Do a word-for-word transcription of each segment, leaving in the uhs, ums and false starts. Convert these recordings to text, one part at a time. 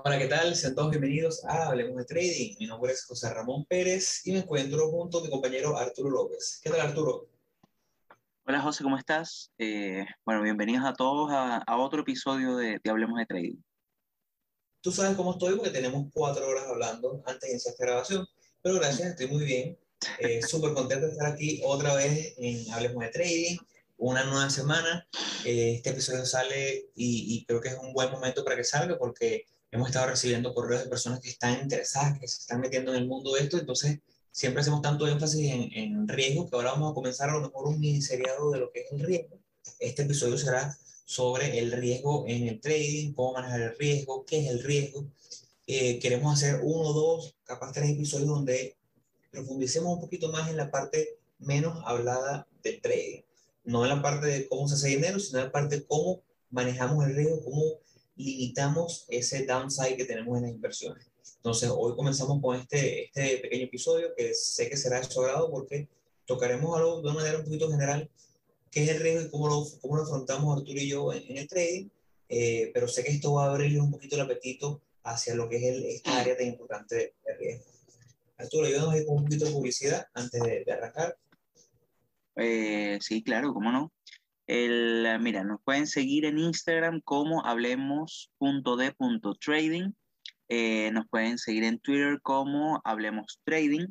Hola, ¿qué tal? Sean todos bienvenidos a Hablemos de Trading. Mi nombre es José Ramón Pérez y me encuentro junto a mi compañero Arturo López. ¿Qué tal, Arturo? Hola José, ¿cómo estás? Eh, bueno, bienvenidos a todos a, a otro episodio de, de Hablemos de Trading. Tú sabes cómo estoy porque tenemos cuatro horas hablando antes de iniciar esta grabación, pero gracias, estoy muy bien. Eh, súper contento de estar aquí otra vez en Hablemos de Trading, una nueva semana. Eh, este episodio sale y, y creo que es un buen momento para que salga porque hemos estado recibiendo correos de personas que están interesadas, que se están metiendo en el mundo de esto, entonces siempre hacemos tanto énfasis en, en riesgo que ahora vamos a comenzar a lo mejor un mini seriado de lo que es el riesgo. Este episodio será sobre el riesgo en el trading, cómo manejar el riesgo, qué es el riesgo. Eh, queremos hacer uno, dos, capaz tres episodios donde profundicemos un poquito más en la parte menos hablada del trading. No en la parte de cómo se hace dinero, sino en la parte de cómo manejamos el riesgo, cómo limitamos ese downside que tenemos en las inversiones. Entonces, hoy comenzamos con este, este pequeño episodio que sé que será de su agrado porque tocaremos algo de una manera un poquito general qué es el riesgo y cómo lo, cómo lo afrontamos Arturo y yo en, en el trading, eh, pero sé que esto va a abrirle un poquito el apetito hacia lo que es el, esta área tan importante de, de riesgo. Arturo, ayúdanos ahí con un poquito de publicidad antes de, de arrancar. Eh, sí, claro, ¿cómo no? El, eh, mira, nos pueden seguir en Instagram como hablemos.de.trading. Eh, nos pueden seguir en Twitter como Hablemos Trading.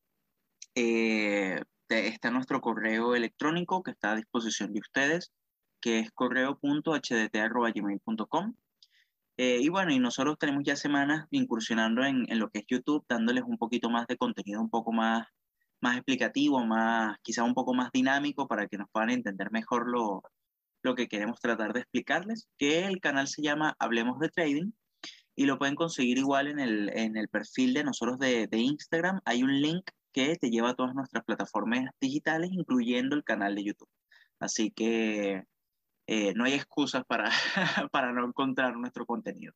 Eh, te- está nuestro correo electrónico que está a disposición de ustedes, que es correo.hdt.gmail.com. Eh, y bueno, y nosotros tenemos ya semanas incursionando en, en lo que es YouTube, dándoles un poquito más de contenido, un poco más, más explicativo, más, quizá un poco más dinámico para que nos puedan entender mejor lo, lo que queremos tratar de explicarles, que el canal se llama Hablemos de Trading y lo pueden conseguir igual en el, en el perfil de nosotros de, de Instagram. Hay un link que te lleva a todas nuestras plataformas digitales, incluyendo el canal de YouTube. Así que eh, no hay excusas para, para no encontrar nuestro contenido.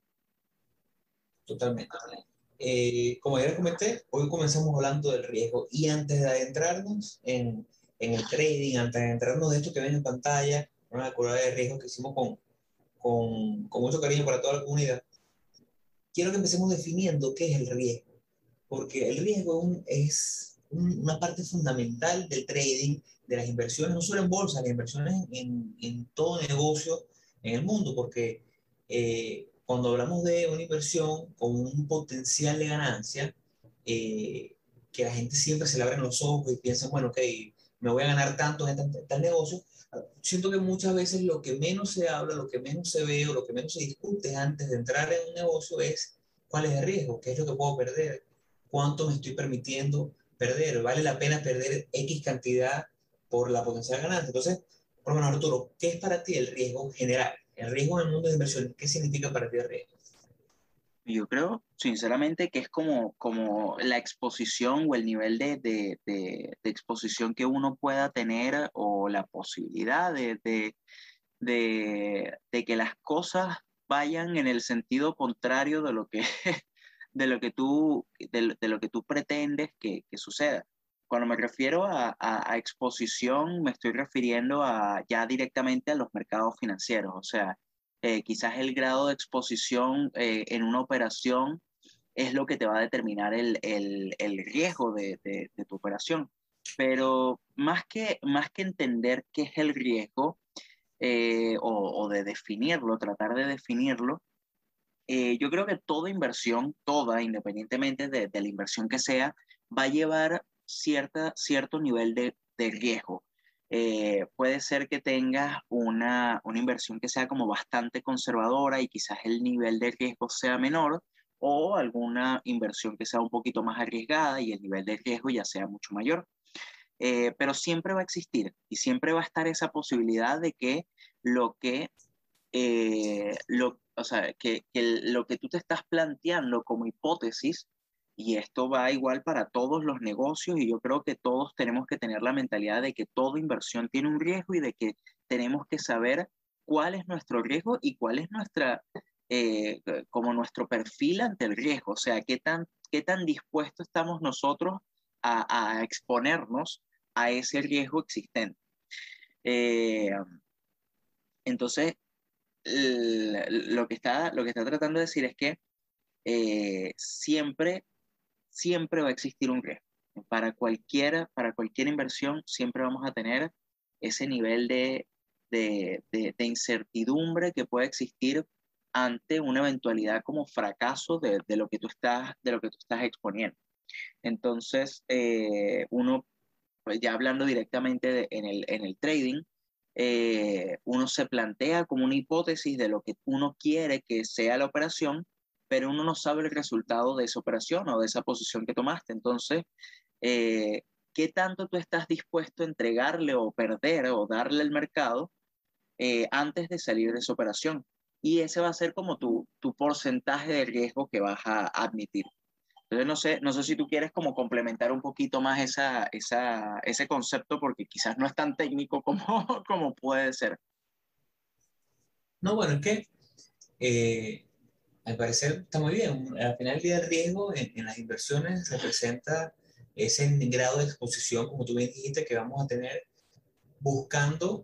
Totalmente. Eh, como ya les comenté, hoy comenzamos hablando del riesgo y antes de adentrarnos en, en el trading, antes de adentrarnos de esto que ven en pantalla, una curva de riesgo que hicimos con, con, con mucho cariño para toda la comunidad, quiero que empecemos definiendo qué es el riesgo, porque el riesgo un- es un- una parte fundamental del trading, de las inversiones, no solo en bolsa, las inversiones en, en todo negocio en el mundo, porque eh, cuando hablamos de una inversión con un potencial de ganancia, eh, que la gente siempre se le abren los ojos y piensa, bueno, ok, me voy a ganar tanto en este, tal negocio, siento que muchas veces lo que menos se habla, lo que menos se ve o lo que menos se discute antes de entrar en un negocio es cuál es el riesgo, qué es lo que puedo perder, cuánto me estoy permitiendo perder, vale la pena perder X cantidad por la potencial ganancia. Entonces, por lo menos Arturo, ¿qué es para ti el riesgo general? El riesgo en el mundo de inversiones, ¿qué significa para ti el riesgo? Yo creo, sinceramente, que es como, como la exposición o el nivel de, de, de- de exposición que uno pueda tener o la posibilidad de, de, de, de que las cosas vayan en el sentido contrario de lo que, de lo que tú, de, de lo que tú pretendes que, que suceda. Cuando me refiero a, a, a exposición, me estoy refiriendo a ya directamente a los mercados financieros, o sea, eh, quizás el grado de exposición eh, en una operación es lo que te va a determinar el, el, el riesgo de, de, de tu operación. Pero más que, más que entender qué es el riesgo, eh, o, o de definirlo, tratar de definirlo, eh, yo creo que toda inversión, toda, independientemente de, de la inversión que sea, va a llevar cierta, cierto nivel de, de riesgo. Eh, puede ser que tengas una, una inversión que sea como bastante conservadora y quizás el nivel de riesgo sea menor, o alguna inversión que sea un poquito más arriesgada y el nivel de riesgo ya sea mucho mayor. Eh, pero siempre va a existir y siempre va a estar esa posibilidad de que lo que eh, lo, o sea, que, que lo que tú te estás planteando como hipótesis, y esto va igual para todos los negocios, y yo creo que todos tenemos que tener la mentalidad de que toda inversión tiene un riesgo y de que tenemos que saber cuál es nuestro riesgo y cuál es nuestra, eh, como nuestro perfil ante el riesgo, o sea, qué tan, qué tan dispuestos estamos nosotros a, a exponernos a ese riesgo existente. Eh, entonces, el- lo que está, lo que está tratando de decir es que eh, siempre, siempre va a existir un riesgo. Para cualquiera, para cualquier inversión, siempre vamos a tener ese nivel de, de, de- de incertidumbre que puede existir ante una eventualidad como fracaso de, de lo que tú estás, de lo que tú estás exponiendo. Entonces, eh, uno, pues ya hablando directamente de- en el, en el trading, eh, uno se plantea como una hipótesis de lo que uno quiere que sea la operación, pero uno no sabe el resultado de esa operación o de esa posición que tomaste. Entonces, eh, ¿qué tanto tú estás dispuesto a entregarle o perder o darle al mercado eh, antes de salir de esa operación? Y ese va a ser como tu, tu porcentaje de riesgo que vas a admitir. Entonces, no sé, no sé si tú quieres como complementar un poquito más esa, esa, ese concepto, porque quizás no es tan técnico como, como puede ser. No, bueno, es que eh, al parecer está muy bien. Al final del día el riesgo en, en las inversiones representa ese grado de exposición, como tú bien dijiste, que vamos a tener buscando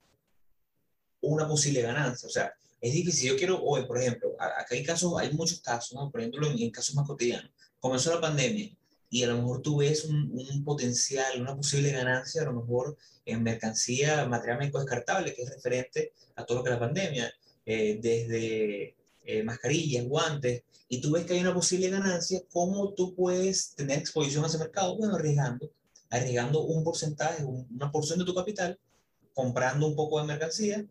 una posible ganancia. O sea, es difícil. Yo quiero hoy, por ejemplo, acá hay casos, hay muchos casos, ¿no? Por ejemplo, en, en casos más cotidianos. Comenzó la pandemia y a lo mejor tú ves un, un potencial, una posible ganancia, a lo mejor en mercancía, material médico descartable, que es referente a todo lo que es la pandemia, eh, desde eh, mascarillas, guantes, y tú ves que hay una posible ganancia, ¿cómo tú puedes tener exposición a ese mercado? Bueno, arriesgando, arriesgando un porcentaje, un, una porción de tu capital, comprando un poco de mercancía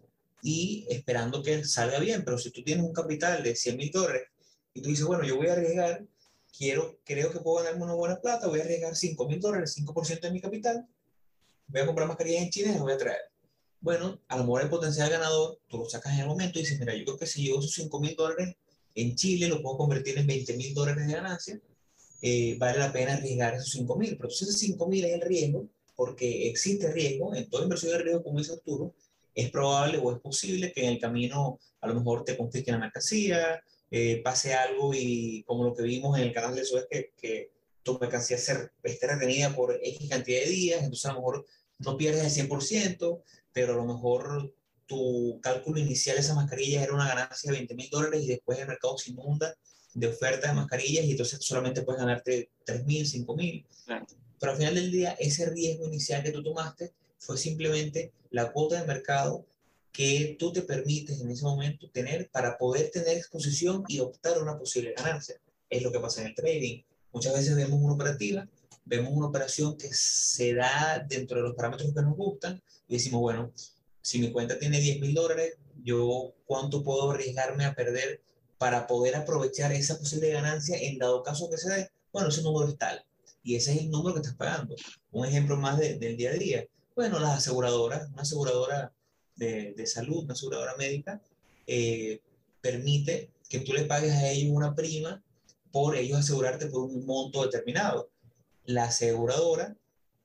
y esperando que salga bien. Pero si tú tienes un capital de cien mil dólares y tú dices, bueno, yo voy a arriesgar, quiero, creo que puedo ganarme una buena plata, voy a arriesgar cinco mil dólares, cinco por ciento de mi capital, voy a comprar mascarillas en China y las voy a traer. Bueno, a lo mejor el potencial ganador, tú lo sacas en el momento y dices, mira, yo creo que si yo esos cinco mil dólares en Chile, lo puedo convertir en veinte mil dólares de ganancia, eh, vale la pena arriesgar esos cinco mil. Pero entonces esos cinco mil es el riesgo, porque existe riesgo, en toda inversión de riesgo, como dice Arturo, es probable o es posible que en el camino a lo mejor te confisquen la mercancía, eh, pase algo y como lo que vimos en el canal de Suez, que, que tu mercancía se, esté retenida por X cantidad de días, entonces a lo mejor no pierdes el cien por ciento, pero a lo mejor tu cálculo inicial de esas mascarillas era una ganancia de veinte mil dólares y después el mercado se inunda de ofertas de mascarillas y entonces solamente puedes ganarte tres mil, cinco mil. Claro. Pero al final del día, ese riesgo inicial que tú tomaste fue simplemente la cuota de mercado que tú te permites en ese momento tener para poder tener exposición y optar a una posible ganancia. Es lo que pasa en el trading. Muchas veces vemos una operativa, vemos una operación que se da dentro de los parámetros que nos gustan y decimos, bueno, si mi cuenta tiene diez mil dólares, yo cuánto puedo arriesgarme a perder para poder aprovechar esa posible ganancia en dado caso que se dé. Bueno, ese número es tal y ese es el número que estás pagando. Un ejemplo más de, del día a día. Bueno, las aseguradoras, una aseguradora de, de salud, una aseguradora médica, eh, permite que tú le pagues a ellos una prima por ellos asegurarte por un monto determinado. La aseguradora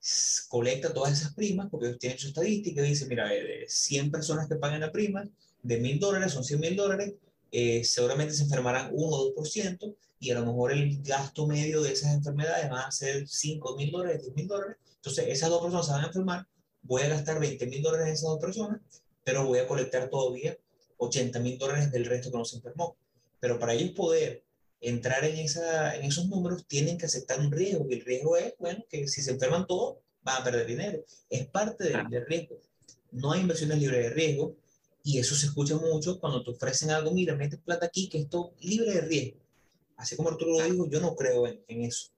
colecta todas esas primas porque ellos tienen su estadística y dice, mira, de cien personas que pagan la prima, de mil dólares, son cien mil dólares, eh, seguramente se enfermarán uno o dos por ciento y a lo mejor el gasto medio de esas enfermedades va a ser cinco mil dólares, diez mil dólares. Entonces, esas dos personas se van a enfermar, voy a gastar veinte mil dólares en esas dos personas, pero voy a colectar todavía ochenta mil dólares del resto que no se enfermó. Pero para ellos poder entrar en, esa, en esos números, tienen que aceptar un riesgo, y el riesgo es, bueno, que si se enferman todos, van a perder dinero. Es parte del, Claro. del riesgo. No hay inversiones libres de riesgo, y eso se escucha mucho cuando te ofrecen algo, mira, mete plata aquí, que esto libre de riesgo. Así como Arturo lo Claro. dijo, yo no creo en, en eso.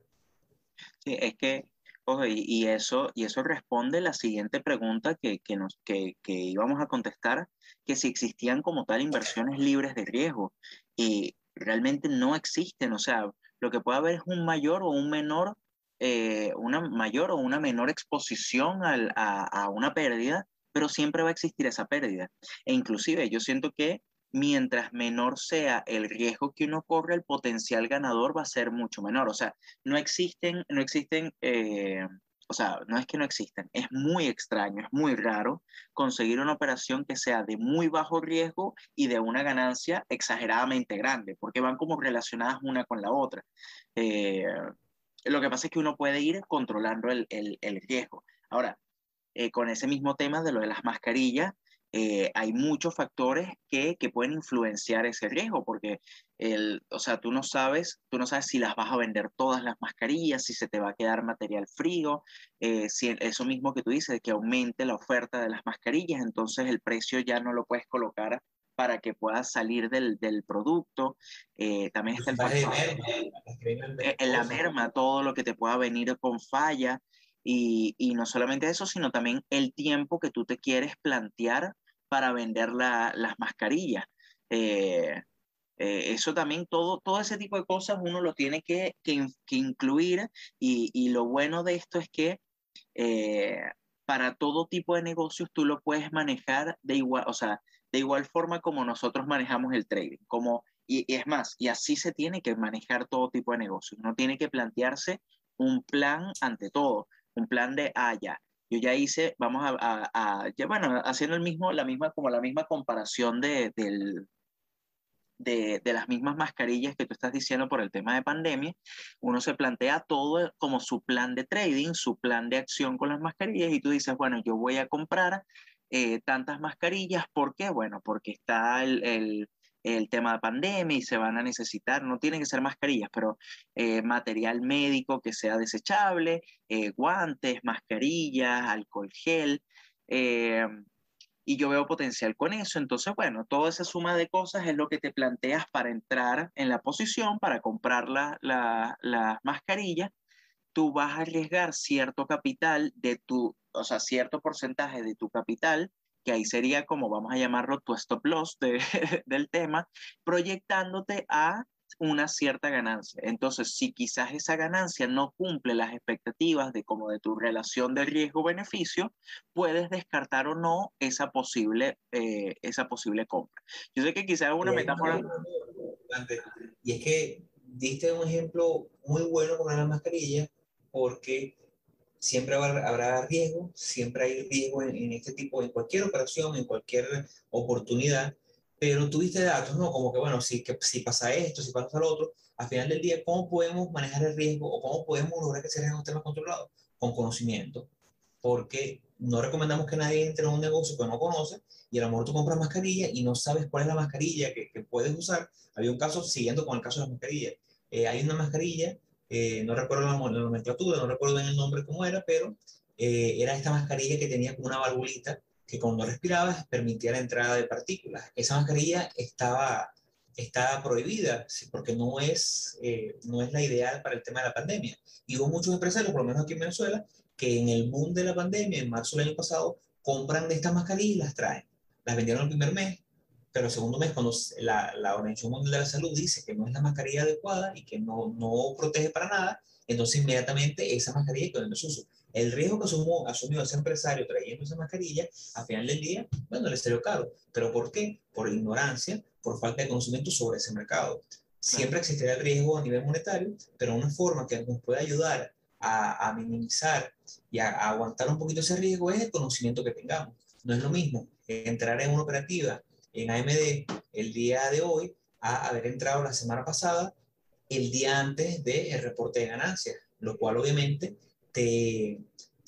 Sí, es que, ojo, y, y eso, y eso responde la siguiente pregunta que, que, nos, que, que íbamos a contestar, que si existían como tal inversiones libres de riesgo. Y realmente no existen, o sea, lo que puede haber es un mayor o un menor, eh, una mayor o una menor exposición al- a, a una pérdida, pero siempre va a existir esa pérdida. E inclusive yo siento que mientras menor sea el riesgo que uno corre, el potencial ganador va a ser mucho menor. O sea, no existen, no existen, eh, o sea, no es que no existen, es muy extraño, es muy raro conseguir una operación que sea de muy bajo riesgo y de una ganancia exageradamente grande, porque van como relacionadas una con la otra. Eh, lo que pasa es que uno puede ir controlando el, el, el riesgo. Ahora, eh, con ese mismo tema de lo de las mascarillas, eh, hay muchos factores que, que pueden influenciar ese riesgo, porque el, o sea, tú no sabes, tú no sabes si las vas a vender todas las mascarillas, si se te va a quedar material frío, eh, si eso mismo que tú dices, que aumente la oferta de las mascarillas, entonces el precio ya no lo puedes colocar para que puedas salir del, del producto. Eh, también está el Porcentaje de factor merma, las que vienen eh, en la defectuosas. merma, todo lo que te pueda venir con falla. Y, y no solamente eso, sino también el tiempo que tú te quieres plantear para vender la- las mascarillas. Eh, eh, eso también, todo, todo ese tipo de cosas uno lo tiene que, que in- que incluir y, y lo bueno de esto es que eh, para todo tipo de negocios tú lo puedes manejar de igual, o sea, de igual forma como nosotros manejamos el trading, como, y, y es más, y así se tiene que manejar todo tipo de negocios, no tiene que plantearse un plan ante todo, un plan de, ah, ya, yo ya hice, vamos a, a- a- ya bueno, haciendo el mismo, la misma, como la misma comparación de, del, de, de las mismas mascarillas que tú estás diciendo por el tema de pandemia, uno se plantea todo como su plan de trading, su plan de acción con las mascarillas y tú dices, bueno, yo voy a comprar eh, tantas mascarillas, ¿por qué? Bueno, porque está el, el, el tema de pandemia y se van a necesitar, no tienen que ser mascarillas, pero eh, material médico que sea desechable, eh, guantes, mascarillas, alcohol gel. Eh, y yo veo potencial con eso. Entonces, bueno, toda esa suma de cosas es lo que te planteas para entrar en la posición, para comprar la, la, las mascarillas. Tú vas a arriesgar cierto capital de tu, o sea, cierto porcentaje de tu capital, que ahí sería como vamos a llamarlo tu stop loss de, del tema, proyectándote a una cierta ganancia. Entonces, si quizás esa ganancia no cumple las expectativas de como de tu relación de riesgo-beneficio, puedes descartar o no esa posible, eh, esa posible compra. Yo sé que quizás es una Y hay un metáfora. punto importante, y es que diste un ejemplo muy bueno con la mascarilla, porque siempre habrá, habrá riesgo, siempre hay riesgo en, en este tipo, en cualquier operación, en cualquier oportunidad, pero tuviste datos, ¿no? Como que, bueno, si, que, si pasa esto, si pasa lo otro, al final del día, ¿cómo podemos manejar el riesgo o cómo podemos lograr que ese riesgo esté más controlado? Con conocimiento, porque no recomendamos que nadie entre en un negocio que no conoce y a lo mejor tú compras mascarilla y no sabes cuál es la mascarilla que, que puedes usar. Había un caso, siguiendo con el caso de las mascarillas, eh, hay una mascarilla, eh, no recuerdo la, la nomenclatura, no recuerdo bien el nombre cómo era, pero eh, era esta mascarilla que tenía como una valvulita que cuando respirabas permitía la entrada de partículas. Esa mascarilla estaba, estaba prohibida porque no es, eh, no es la ideal para el tema de la pandemia. Y hubo muchos empresarios, por lo menos aquí en Venezuela, que en el boom de la pandemia, en marzo del año pasado, compran de estas mascarillas y las traen. Las vendieron el primer mes, pero el segundo mes, cuando la, la Organización Mundial de la Salud dice que no es la mascarilla adecuada y que no, no protege para nada, entonces inmediatamente esa mascarilla quedó en desuso. El riesgo que asumió, asumió ese empresario trayendo esa mascarilla, a final del día, bueno, le salió caro. ¿Pero por qué? Por ignorancia, por falta de conocimiento sobre ese mercado. Claro, Siempre existirá el riesgo a nivel monetario, pero una forma que nos puede ayudar a, a minimizar y a, a aguantar un poquito ese riesgo es el conocimiento que tengamos. No es lo mismo entrar en una operativa en A M D el día de hoy a haber entrado la semana pasada el día antes del reporte de ganancias, lo cual obviamente te,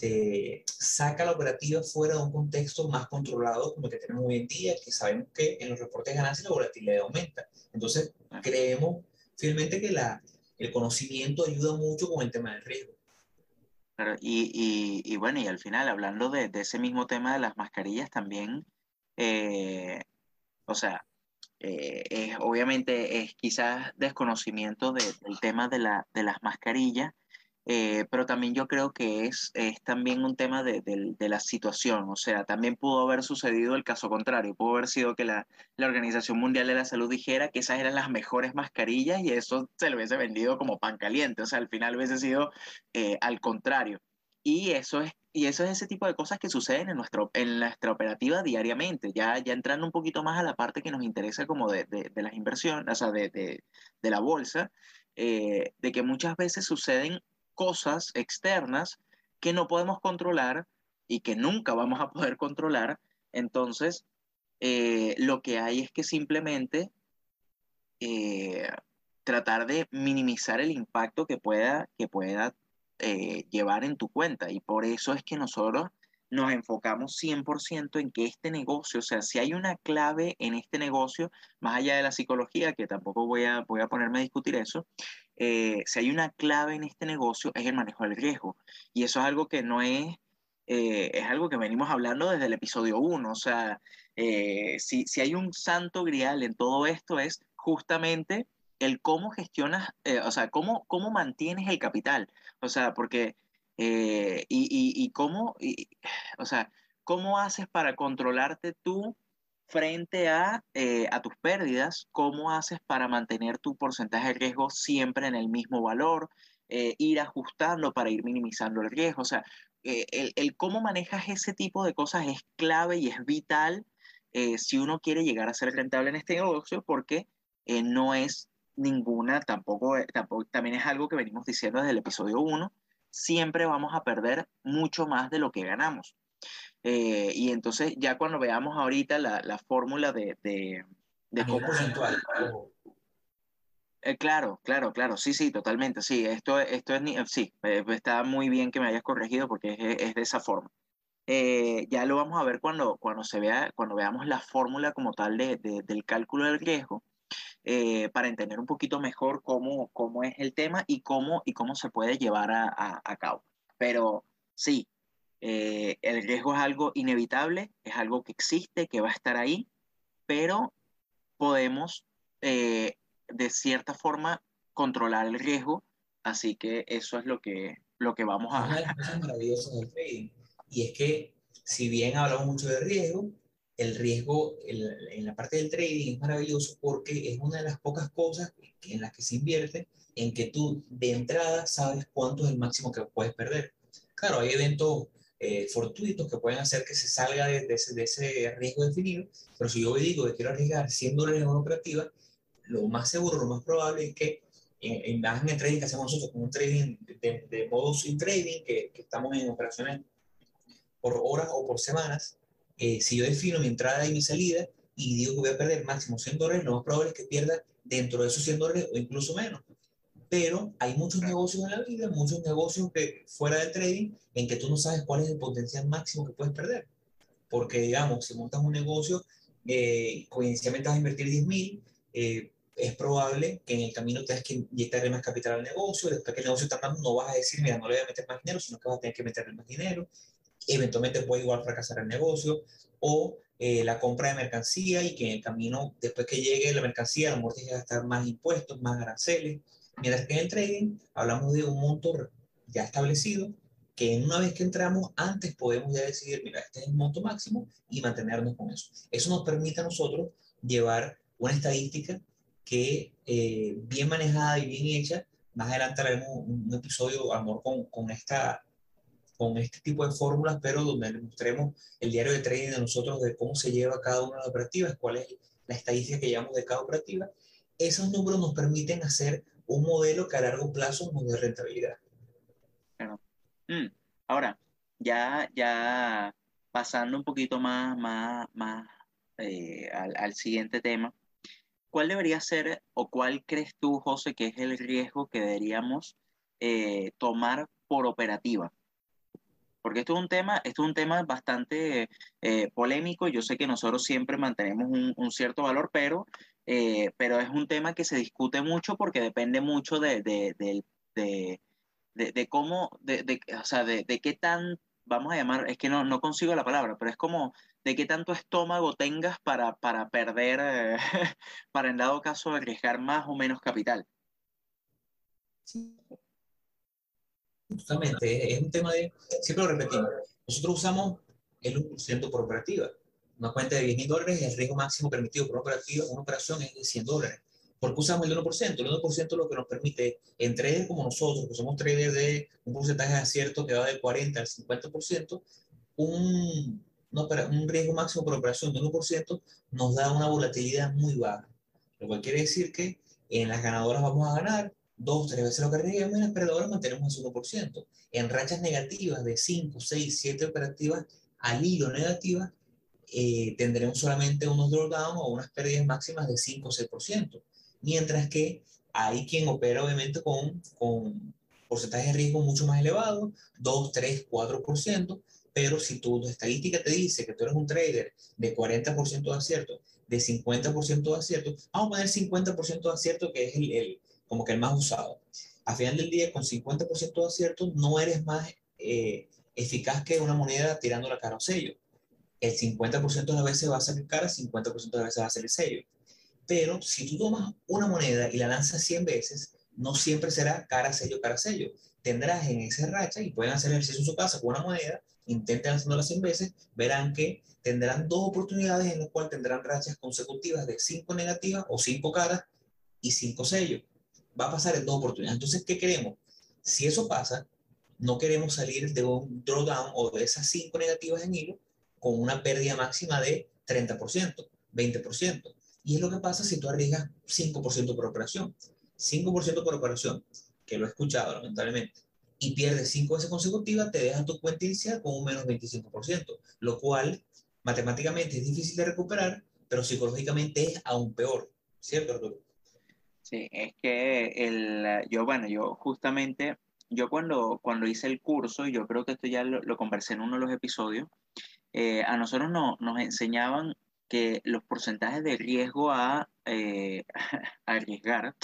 te saca la operativa fuera de un contexto más controlado como el que tenemos hoy en día, que sabemos que en los reportes de ganancias la volatilidad aumenta. Entonces, claro. creemos fielmente que la, el conocimiento ayuda mucho con el tema del riesgo. Claro, y, y, y bueno, y al final, hablando de, de ese mismo tema de las mascarillas también, eh, o sea, eh, es, obviamente es quizás desconocimiento de- del tema de la, de las mascarillas, eh, pero también yo creo que es, es también un tema de, del- de la situación, o sea, también pudo haber sucedido el caso contrario, pudo haber sido que la, la Organización Mundial de la Salud dijera que esas eran las mejores mascarillas y eso se lo hubiese vendido como pan caliente, o sea, al final hubiese sido eh, al contrario. Y eso es, y eso es ese tipo de cosas que suceden en, nuestro, en nuestra operativa diariamente, ya, ya entrando un poquito más a la parte que nos interesa como de, de, de las inversiones, o sea, de, de, de la bolsa, eh, de que muchas veces suceden cosas externas que no podemos controlar y que nunca vamos a poder controlar. Entonces, eh, lo que hay es que simplemente eh, tratar de minimizar el impacto que pueda, que pueda eh, llevar en tu cuenta. Y por eso es que nosotros nos enfocamos cien por ciento en que este negocio, o sea, si hay una clave en este negocio, más allá de la psicología, que tampoco voy a, voy a ponerme a discutir eso, eh, si hay una clave en este negocio es el manejo del riesgo. Y eso es algo que no es, eh, es algo que venimos hablando desde el episodio uno. O sea, eh, si, si hay un santo grial en todo esto es justamente el cómo gestionas, eh, o sea, cómo, cómo mantienes el capital. O sea, porque, eh, y, y, y cómo, y, o sea, cómo haces para controlarte tú frente a, eh, a tus pérdidas, cómo haces para mantener tu porcentaje de riesgo siempre en el mismo valor, eh, ir ajustando para ir minimizando el riesgo. O sea, eh, el, el cómo manejas ese tipo de cosas es clave y es vital eh, si uno quiere llegar a ser rentable en este negocio, porque eh, no es ninguna, tampoco, eh, tampoco, también es algo que venimos diciendo desde el episodio uno, siempre vamos a perder mucho más de lo que ganamos. Eh, y entonces ya cuando veamos ahorita la, la fórmula de, de, A de nivel cómo... porcentual, ojo. Eh, claro, claro, claro, sí, sí, totalmente, sí, esto, esto es, ni- eh, sí, eh, está muy bien que me hayas corregido porque es, es de esa forma. Eh, ya lo vamos a ver cuando, cuando se vea, cuando veamos la fórmula como tal de, de- del cálculo del riesgo, eh, para entender un poquito mejor cómo, cómo es el tema y cómo, y cómo se puede llevar a, a- a cabo. Pero sí, eh, el riesgo es algo inevitable, es algo que existe, que va a estar ahí, pero podemos eh, de cierta forma controlar el riesgo, así que eso es lo que, lo que vamos Es a... una de las cosas maravillosas del trading. Y es que, si bien hablamos mucho de riesgo, el riesgo el, en la parte del trading es maravilloso porque es una de las pocas cosas en las que se invierte en que tú de entrada sabes cuánto es el máximo que puedes perder. Claro, hay eventos eh, fortuitos que pueden hacer que se salga de, de, ese, de ese riesgo definido, pero si yo digo que quiero arriesgar cien dólares en una operativa, lo más seguro, lo más probable es que en, en, más en el trading que hacemos nosotros, con un trading de, de modo swing trading, que, que estamos en operaciones por horas o por semanas, eh, si yo defino mi entrada y mi salida y digo que voy a perder máximo cien dólares, lo más probable es que pierda dentro de esos cien dólares o incluso menos. Pero hay muchos negocios en la vida, muchos negocios que fuera del trading, en que tú no sabes cuál es el potencial máximo que puedes perder. Porque, digamos, si montas un negocio, eh, inicialmente vas a invertir diez mil, eh, es probable que en el camino tengas que inyectarle más capital al negocio, después que el negocio está andando, no vas a decir, mira, no le voy a meter más dinero, sino que vas a tener que meterle más dinero, eventualmente puede igual fracasar el negocio, o eh, la compra de mercancía y que en el camino, después que llegue la mercancía, a lo mejor tienes que gastar más impuestos, más aranceles, mientras que en el trading hablamos de un monto ya establecido, que una vez que entramos, antes podemos ya decidir, mira, este es el monto máximo y mantenernos con eso. Eso nos permite a nosotros llevar una estadística que, eh, bien manejada y bien hecha, más adelante haremos un, un episodio, amor, con, con esta con este tipo de fórmulas, pero donde les mostremos el diario de trading de nosotros, de cómo se lleva cada una de las operativas, cuál es la estadística que llevamos de cada operativa. Esos números nos permiten hacer un modelo que a largo plazo nos dé rentabilidad. Bueno, mm, ahora, ya, ya pasando un poquito más, más, más eh, al, al siguiente tema, ¿cuál debería ser o cuál crees tú, José, que es el riesgo que deberíamos eh, tomar por operativa? Porque esto es un tema, esto es un tema bastante eh, polémico. Yo sé que nosotros siempre mantenemos un, un cierto valor, pero, eh, pero es un tema que se discute mucho porque depende mucho de, de, de, de, de- de cómo, de, de- o sea, de, de qué tan, vamos a llamar, es que no, no consigo la palabra, pero es como de qué tanto estómago tengas para, para perder, eh, para en dado caso arriesgar más o menos capital. Sí, justamente, es un tema de, siempre lo repetimos, nosotros usamos el uno por ciento por operativa. Una cuenta de diez mil dólares, el riesgo máximo permitido por una operativa, una operación es de cien dólares. ¿Por qué usamos el uno por ciento? El uno por ciento es lo que nos permite, en traders como nosotros, que somos traders de un porcentaje de acierto que va del cuarenta al cincuenta por ciento, un, no, un riesgo máximo por operación de uno por ciento nos da una volatilidad muy baja. Lo cual quiere decir que en las ganadoras vamos a ganar dos, tres veces lo que arriesgamos, y en las perdedoras mantenemos ese uno por ciento. En rachas negativas de cinco, seis, siete operativas al hilo negativas, eh, tendremos solamente unos drawdowns o unas pérdidas máximas de cinco o seis por ciento. Mientras que hay quien opera obviamente con, con porcentajes de riesgo mucho más elevados, dos, tres, cuatro por ciento, pero si tu estadística te dice que tú eres un trader de cuarenta por ciento de acierto, de cincuenta por ciento de acierto, vamos a poner cincuenta por ciento de acierto, que es el, el como que el más usado. A final del día, con cincuenta por ciento de acierto, no eres más eh, eficaz que una moneda tirando la cara a un sello. El cincuenta por ciento de las veces va a salir cara, cincuenta por ciento de las veces va a salir sello. Pero si tú tomas una moneda y la lanzas cien veces, no siempre será cara, sello, cara, sello. Tendrás en esa racha, y pueden hacer ejercicio en su casa con una moneda, intenten haciéndola cien veces, verán que tendrán dos oportunidades en las cuales tendrán rachas consecutivas de cinco negativas o cinco caras y cinco sellos. Va a pasar en dos oportunidades. Entonces, ¿qué queremos? Si eso pasa, no queremos salir de un drawdown o de esas cinco negativas en hilo con una pérdida máxima de treinta por ciento, veinte por ciento. Y es lo que pasa si tú arriesgas cinco por ciento por operación. cinco por ciento por operación, que lo he escuchado lamentablemente, y pierdes cinco veces consecutivas, te deja tu cuenta inicial con un menos veinticinco por ciento, lo cual matemáticamente es difícil de recuperar, pero psicológicamente es aún peor. ¿Cierto, Arturo? Sí, es que el, yo, bueno, yo justamente, yo cuando, cuando hice el curso, y yo creo que esto ya lo, lo conversé en uno de los episodios, eh, a nosotros no, nos enseñaban que los porcentajes de riesgo a, eh, a arriesgar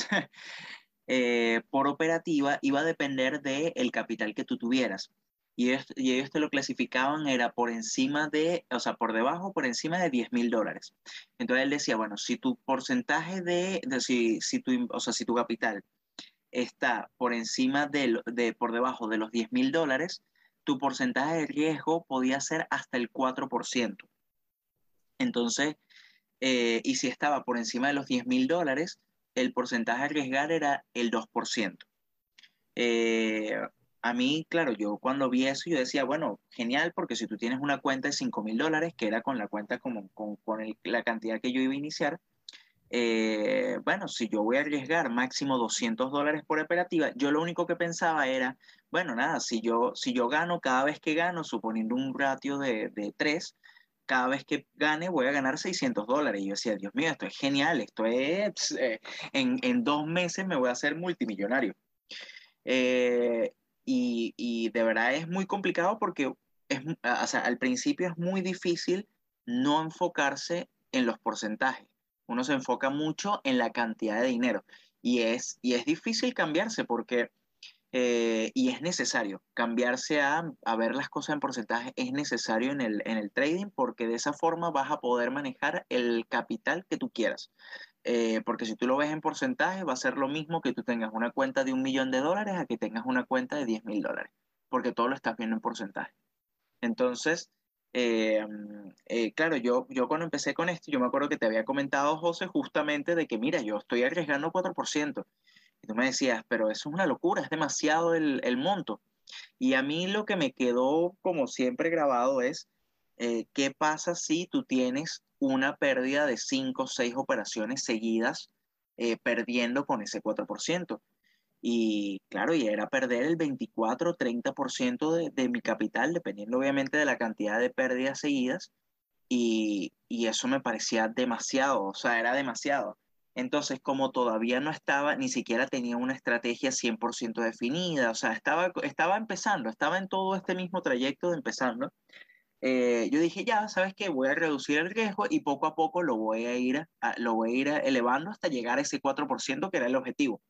eh, por operativa iba a depender del capital que tú tuvieras. Y ellos, y ellos te lo clasificaban, era por encima de, o sea, por debajo, por encima de diez mil dólares. Entonces él decía, bueno, si tu porcentaje de, de si, si tu, o sea, si tu capital está por encima de, de por debajo de los diez mil dólares, tu porcentaje de riesgo podía ser hasta el cuatro por ciento. Entonces, eh, y si estaba por encima de los diez mil dólares, el porcentaje a arriesgar era el dos por ciento. Eh, a mí, claro, yo cuando vi eso, yo decía, bueno, genial, porque si tú tienes una cuenta de cinco mil dólares, que era con la cuenta como, con, con el, la cantidad que yo iba a iniciar, eh, bueno, si yo voy a arriesgar máximo doscientos dólares por operativa, yo lo único que pensaba era, bueno, nada, si yo, si yo gano cada vez que gano, suponiendo un ratio de, de tres, cada vez que gane voy a ganar seiscientos dólares. Y yo decía, Dios mío, esto es genial, esto es, eh, en, en dos meses me voy a hacer multimillonario. Eh, y, y de verdad es muy complicado porque es, o sea, al principio es muy difícil no enfocarse en los porcentajes. Uno se enfoca mucho en la cantidad de dinero y es, y es difícil cambiarse porque, eh, y es necesario cambiarse a, a ver las cosas en porcentaje, es necesario en el, en el trading porque de esa forma vas a poder manejar el capital que tú quieras. Eh, porque si tú lo ves en porcentaje, va a ser lo mismo que tú tengas una cuenta de un millón de dólares a que tengas una cuenta de diez mil dólares, porque todo lo estás viendo en porcentaje. Entonces, eh, eh, claro, yo, yo cuando empecé con esto, yo me acuerdo que te había comentado, José, justamente de que, mira, yo estoy arriesgando cuatro por ciento. Y tú me decías, pero eso es una locura, es demasiado el, el monto. Y a mí lo que me quedó como siempre grabado es, eh, ¿qué pasa si tú tienes una pérdida de cinco o seis operaciones seguidas eh, perdiendo con ese cuatro por ciento? Y claro, y era perder el veinticuatro o treinta por ciento de, de mi capital, dependiendo obviamente de la cantidad de pérdidas seguidas. Y, y eso me parecía demasiado, o sea, era demasiado. Entonces, como todavía no estaba, ni siquiera tenía una estrategia cien por ciento definida, o sea, estaba, estaba empezando, estaba en todo este mismo trayecto de empezando, eh, yo dije, ya, ¿sabes qué? Voy a reducir el riesgo y poco a poco lo voy a ir, a- lo voy a ir elevando hasta llegar a ese cuatro por ciento que era el objetivo.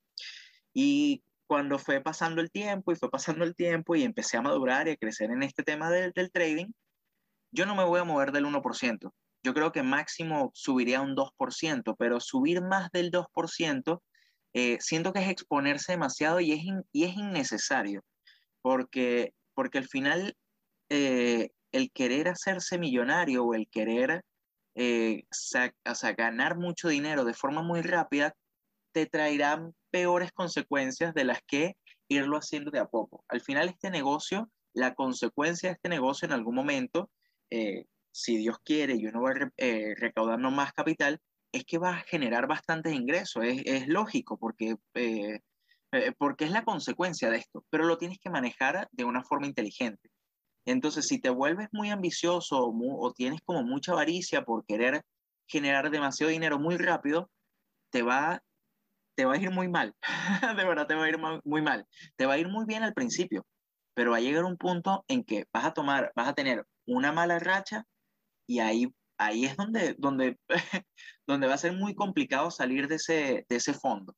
Y cuando fue pasando el tiempo y fue pasando el tiempo y empecé a madurar y a crecer en este tema del del trading, yo no me voy a mover del uno por ciento. Yo creo que máximo subiría un dos por ciento, pero subir más del dos por ciento, eh, siento que es exponerse demasiado y es, in- y es innecesario, porque, porque al final eh, el querer hacerse millonario o el querer eh, sa- o sea, ganar mucho dinero de forma muy rápida te traerán peores consecuencias de las que irlo haciendo de a poco. Al final este negocio, la consecuencia de este negocio en algún momento, eh, si Dios quiere y uno va re- eh, recaudando más capital, es que va a generar bastantes ingresos. Es, es lógico porque, eh, eh, porque es la consecuencia de esto, pero lo tienes que manejar de una forma inteligente. Entonces, si te vuelves muy ambicioso o, mu- o tienes como mucha avaricia por querer generar demasiado dinero muy rápido, te va te va a ir muy mal. De verdad te va a ir muy mal. Te va a ir muy bien al principio, pero va a llegar un punto en que vas a tomar, vas a tener una mala racha y ahí, ahí es donde, donde, donde va a ser muy complicado salir de ese, de ese fondo.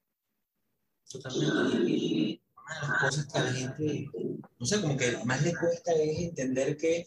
Totalmente. Una de las cosas que a la gente, no sé, como que más le cuesta es entender que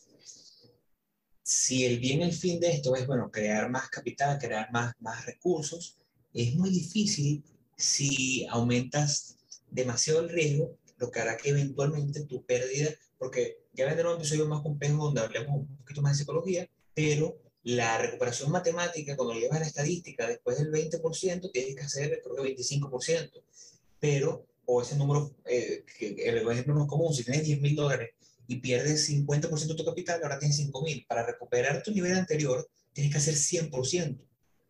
si el bien, el fin de esto es, bueno, crear más capital, crear más, más recursos, es muy difícil si aumentas demasiado el riesgo, lo que hará que eventualmente tu pérdida, porque ya vendrá un episodio más complejo donde hablemos un poquito más de psicología, pero la recuperación matemática, cuando llevas la estadística, después del veinte por ciento, tienes que hacer, creo que veinticinco por ciento, pero, o ese número, eh, que el ejemplo más común, si tienes diez mil dólares y pierdes cincuenta por ciento de tu capital, ahora tienes cinco mil. Para recuperar tu nivel anterior, tienes que hacer cien por ciento,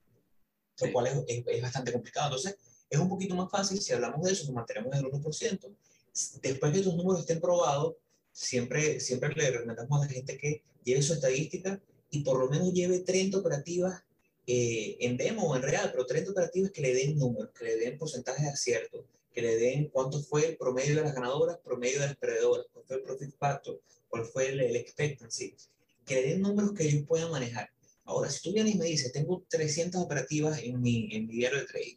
lo Sí. cual es, es, es bastante complicado. Entonces, es un poquito más fácil si hablamos de eso, nos mantenemos en el uno por ciento. Después que tus números estén probados, siempre, siempre le recomendamos a la gente que lleve su estadística y por lo menos lleve treinta operativas eh, en demo o en real, pero treinta operativas que le den números, que le den porcentajes de acierto, que le den cuánto fue el promedio de las ganadoras, promedio de las perdedoras, cuál fue el profit factor, cuál fue el, el expectancy, que le den números que ellos puedan manejar. Ahora, si tú vienes y me dices, tengo trescientas operativas en mi, en mi diario de trading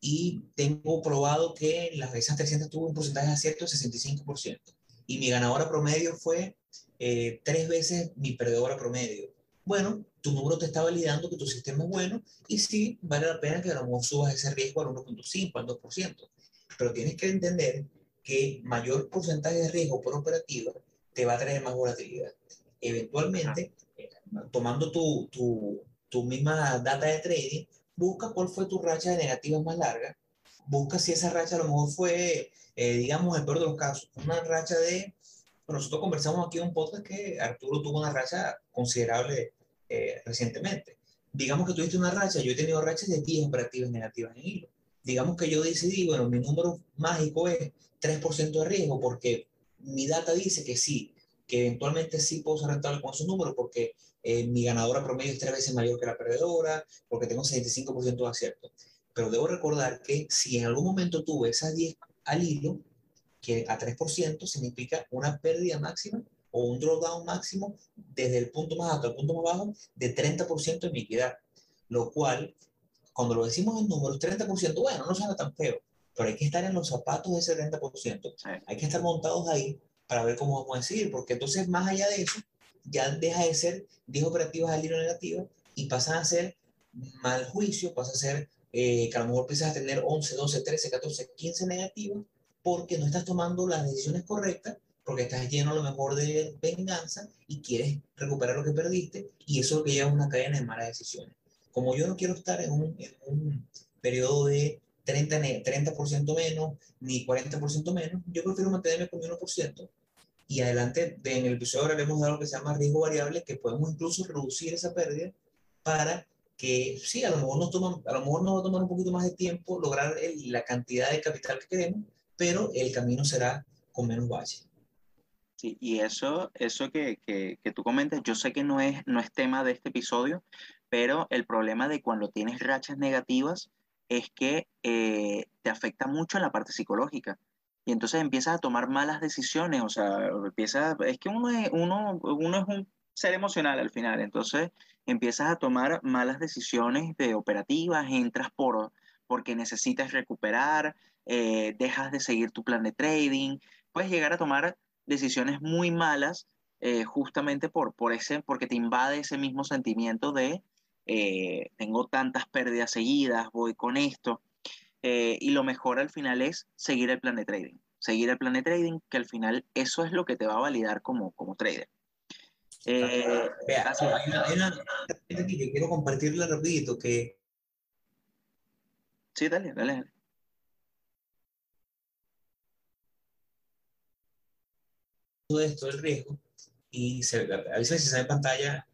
y tengo probado que las, esas trescientas tuvo un porcentaje de acierto de sesenta y cinco por ciento y mi ganadora promedio fue eh, tres veces mi perdedora promedio. Bueno, tu número te está validando que tu sistema es bueno y sí, vale la pena que a lo mejor subas ese riesgo al uno punto cinco, al dos por ciento. Pero tienes que entender que mayor porcentaje de riesgo por operativa te va a traer más volatilidad. Eventualmente, eh, tomando tu, tu, tu misma data de trading, busca cuál fue tu racha de negativas más larga, busca si esa racha a lo mejor fue, eh, digamos, en el peor de los casos, una racha de, bueno, nosotros conversamos aquí en un podcast que Arturo tuvo una racha considerable eh, recientemente. Digamos que tuviste una racha, yo he tenido rachas de diez operativas negativas en hilo. Digamos que yo decidí, bueno, mi número mágico es tres por ciento de riesgo porque mi data dice que sí, que eventualmente sí puedo ser rentable con esos números porque eh, mi ganadora promedio es tres veces mayor que la perdedora, porque tengo setenta y cinco por ciento de acierto. Pero debo recordar que si en algún momento tuve esas diez al hilo, que a tres por ciento significa una pérdida máxima o un drawdown máximo desde el punto más alto al punto más bajo de treinta por ciento en mi equidad. Lo cual, cuando lo decimos en números, treinta por ciento, bueno, no suena tan feo, pero hay que estar en los zapatos de ese treinta por ciento. Sí. Hay que estar montados ahí para ver cómo vamos a decidir, porque entonces más allá de eso, ya deja de ser diez operativas al hilo negativa y pasan a ser mal juicio, pasa a ser eh, que a lo mejor empiezas a tener once, doce, trece, catorce, quince negativas porque no estás tomando las decisiones correctas, porque estás lleno a lo mejor de venganza y quieres recuperar lo que perdiste y eso es lo que lleva a una cadena de malas decisiones. Como yo no quiero estar en un, en un periodo de treinta, treinta por ciento menos ni cuarenta por ciento menos, yo prefiero mantenerme con mi uno por ciento y adelante en el episodio ahora le hemos dado lo que se llama riesgo variable, que podemos incluso reducir esa pérdida para que sí, a lo mejor nos, toma, a lo mejor nos va a tomar un poquito más de tiempo lograr el, la cantidad de capital que queremos, pero el camino será con menos bache. Sí, y eso, eso que, que, que tú comentas, yo sé que no es, no es tema de este episodio, pero el problema de cuando tienes rachas negativas es que eh, te afecta mucho en la parte psicológica. Y entonces empiezas a tomar malas decisiones, o sea, empiezas, es que uno es, uno, uno es un ser emocional al final, entonces empiezas a tomar malas decisiones de operativas, entras por, porque necesitas recuperar, eh, dejas de seguir tu plan de trading, puedes llegar a tomar decisiones muy malas eh, justamente por, por ese, porque te invade ese mismo sentimiento de eh, tengo tantas pérdidas seguidas, voy con esto, eh, y lo mejor al final es seguir el plan de trading, seguir el plan de trading, que al final eso es lo que te va a validar como, como trader. Eh, Vea, así, hay una, hay una aquí que quiero compartirla rapidito, que sí, dale, dale, dale. todo esto del riesgo, y se, a veces se sabe en pantalla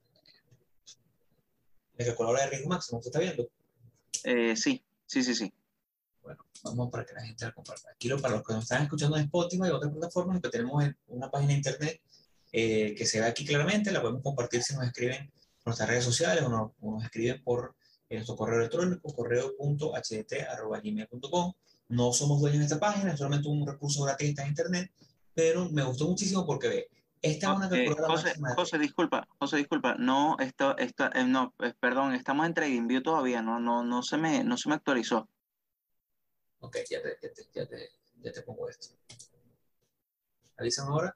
la calculadora de riesgo máximo, ¿usted está viendo? Eh, sí, sí, sí, sí. Bueno, vamos para que la gente la comparta. Aquí lo, para los que nos están escuchando en Spotify y otras plataformas, que tenemos una página de internet eh, que se ve aquí claramente, la podemos compartir si nos escriben por nuestras redes sociales o nos, o nos escriben por eh, nuestro correo electrónico, correo punto h d t arroba gmail punto com. No somos dueños de esta página, es solamente un recurso gratis en internet pero me gustó muchísimo porque ve, esta es Oh, una eh, calculadora José, máxima de José, trading. disculpa, José, disculpa, no, esto, esto, eh, no, eh, perdón, estamos en TradingView todavía, no, no, no se me, no se me actualizó. Ok, ya te, ya te, ya te, ya te pongo esto. Avísame ahora,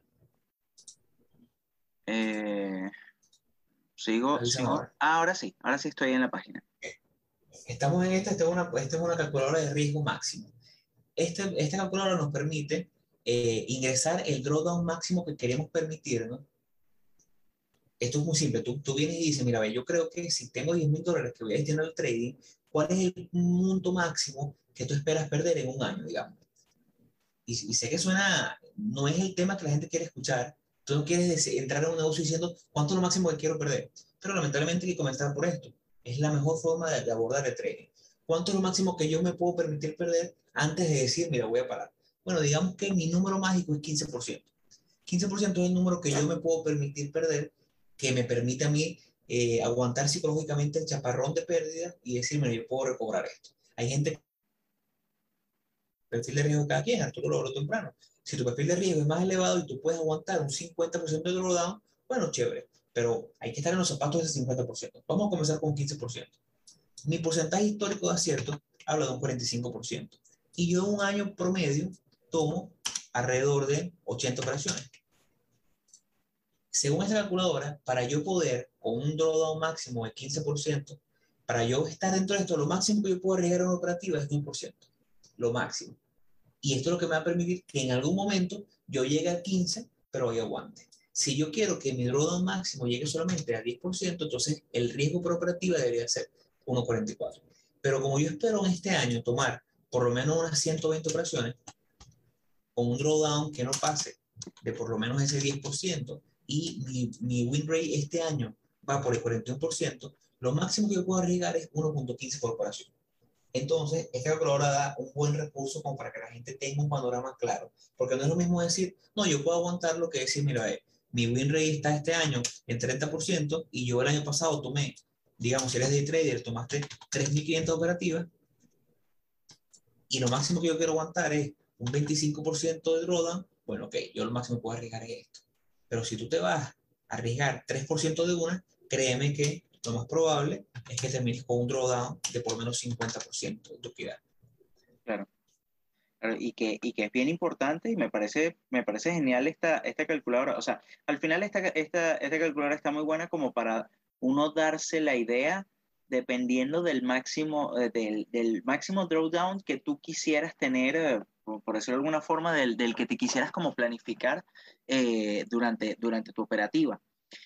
Eh, sigo, avísame sigo, ahora. ah, ahora sí, ahora sí estoy en la página. Estamos en esta, esta es una, esta es una calculadora de riesgo máximo. Este, esta calculadora nos permite eh, ingresar el drawdown máximo que queremos permitir, ¿no? Esto es muy simple. Tú, tú vienes y dices, mira, ve, yo creo que si tengo diez mil dólares que voy a destinar al trading, ¿cuál es el monto máximo que tú esperas perder en un año, digamos? Y, y sé que suena, no es el tema que la gente quiere escuchar. Tú no quieres decir, entrar a un negocio diciendo cuánto es lo máximo que quiero perder. Pero lamentablemente hay que comenzar por esto. Es la mejor forma de, de abordar el trading. ¿Cuánto es lo máximo que yo me puedo permitir perder antes de decir, mira, voy a parar? Bueno, digamos que mi número mágico es quince por ciento. quince por ciento es el número que yo me puedo permitir perder, que me permite a mí eh, aguantar psicológicamente el chaparrón de pérdida y decirme, yo puedo recobrar esto. Hay gente, perfil de riesgo de cada quien, Arturo lo habló temprano. Si tu perfil de riesgo es más elevado y tú puedes aguantar un cincuenta por ciento de drawdown, bueno, chévere, pero hay que estar en los zapatos de ese cincuenta por ciento. Vamos a comenzar con un quince por ciento. Mi porcentaje histórico de acierto habla de un cuarenta y cinco por ciento. Y yo en un año promedio tomo alrededor de ochenta operaciones. Según esta calculadora, para yo poder, con un drawdown máximo de quince por ciento, para yo estar dentro de esto, lo máximo que yo puedo arriesgar en una operativa es diez por ciento. Lo máximo. Y esto es lo que me va a permitir que en algún momento yo llegue al quince, pero hoy aguante. Si yo quiero que mi drawdown máximo llegue solamente al diez por ciento, entonces el riesgo por operativa debería ser uno coma cuarenta y cuatro. Pero como yo espero en este año tomar por lo menos unas ciento veinte operaciones, con un drawdown que no pase de por lo menos ese diez por ciento y mi, mi win rate este año va por el cuarenta y uno por ciento, lo máximo que yo puedo arriesgar es uno punto quince por operación. Entonces, esta calculadora da un buen recurso como para que la gente tenga un panorama claro, porque no es lo mismo decir, no, yo puedo aguantar lo que decir, mira, eh, mi win rate está este año en treinta por ciento y yo el año pasado tomé, digamos, si eres day trader, tomaste tres mil quinientas operativas y lo máximo que yo quiero aguantar es un veinticinco por ciento de drawdown, bueno, ok, yo lo máximo que puedo arriesgar es esto. Pero si tú te vas a arriesgar tres por ciento de una, créeme que lo más probable es que termines con un drawdown de por lo menos cincuenta por ciento de tu utilidad. Claro. Claro, y que, y que es bien importante y me parece, me parece genial esta, esta calculadora. O sea, al final esta, esta, esta calculadora está muy buena como para uno darse la idea dependiendo del máximo, eh, del, del máximo drawdown que tú quisieras tener, eh, por, por decirlo de alguna forma, del, del que te quisieras como planificar eh, durante, durante tu operativa.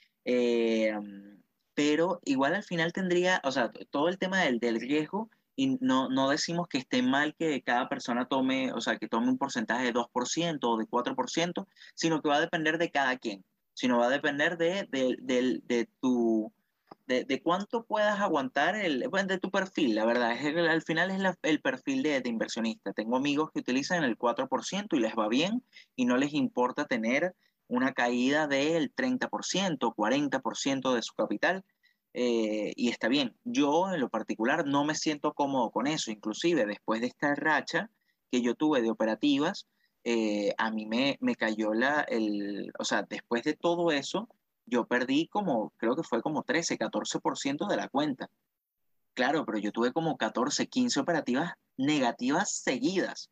Eh, pero igual al final tendría, o sea, todo el tema del, del riesgo, y no, no decimos que esté mal que cada persona tome, o sea, que tome un porcentaje de dos por ciento o de cuatro por ciento, sino que va a depender de cada quien, sino va a depender de, de, de, de tu... De, de cuánto puedas aguantar el, bueno, de tu perfil, la verdad, es el- al final es la- el perfil de, de inversionista. Tengo amigos que utilizan el cuatro por ciento y les va bien y no les importa tener una caída del treinta por ciento, cuarenta por ciento de su capital, eh, y está bien. Yo en lo particular no me siento cómodo con eso, inclusive después de esta racha que yo tuve de operativas, eh, a mí me, me cayó la, el, o sea, después de todo eso, yo perdí como, creo que fue como trece, catorce por ciento de la cuenta. Claro, pero yo tuve como catorce, quince operativas negativas seguidas.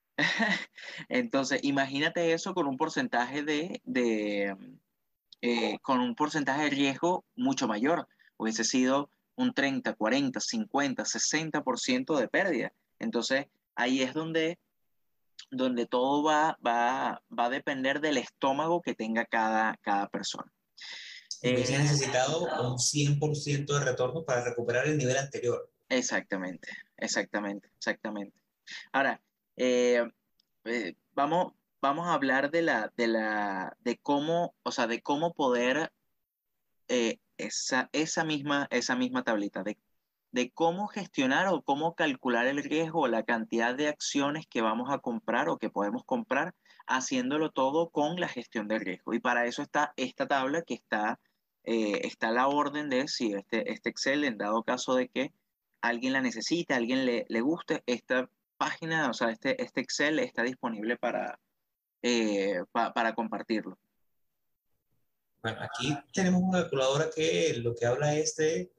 Entonces, imagínate eso con un porcentaje de, de eh, con un porcentaje de riesgo mucho mayor. Hubiese sido un treinta, cuarenta, cincuenta, sesenta por ciento de pérdida. Entonces, ahí es donde, donde todo va, va, va a depender del estómago que tenga cada, cada persona. Hubiese Eh, necesitado un cien por ciento de retorno para recuperar el nivel anterior. exactamente, exactamente, exactamente. Ahora, eh, eh, vamos, vamos a hablar de la, de la, de cómo, o sea, de cómo poder eh, esa, esa misma, esa misma tablita de, de cómo gestionar o cómo calcular el riesgo o la cantidad de acciones que vamos a comprar o que podemos comprar, haciéndolo todo con la gestión del riesgo. Y para eso está esta tabla que está, eh, está la orden de si este, este Excel, en dado caso de que alguien la necesite, alguien le, le guste, esta página, o sea, este, este Excel está disponible para eh, pa, para compartirlo. Bueno, aquí tenemos una calculadora que lo que habla es de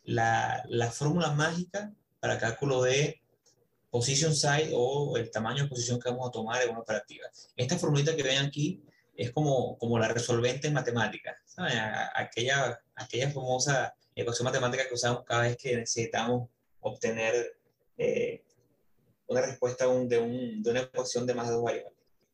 la, la fórmula mágica para cálculo de position size o el tamaño de posición que vamos a tomar en una operativa. Esta formulita que ven aquí es como, como la resolvente en matemáticas, ¿saben? Aquella, aquella famosa ecuación matemática que usamos cada vez que necesitamos obtener eh, una respuesta de, un, de, un, de, una ecuación de más de dos variables,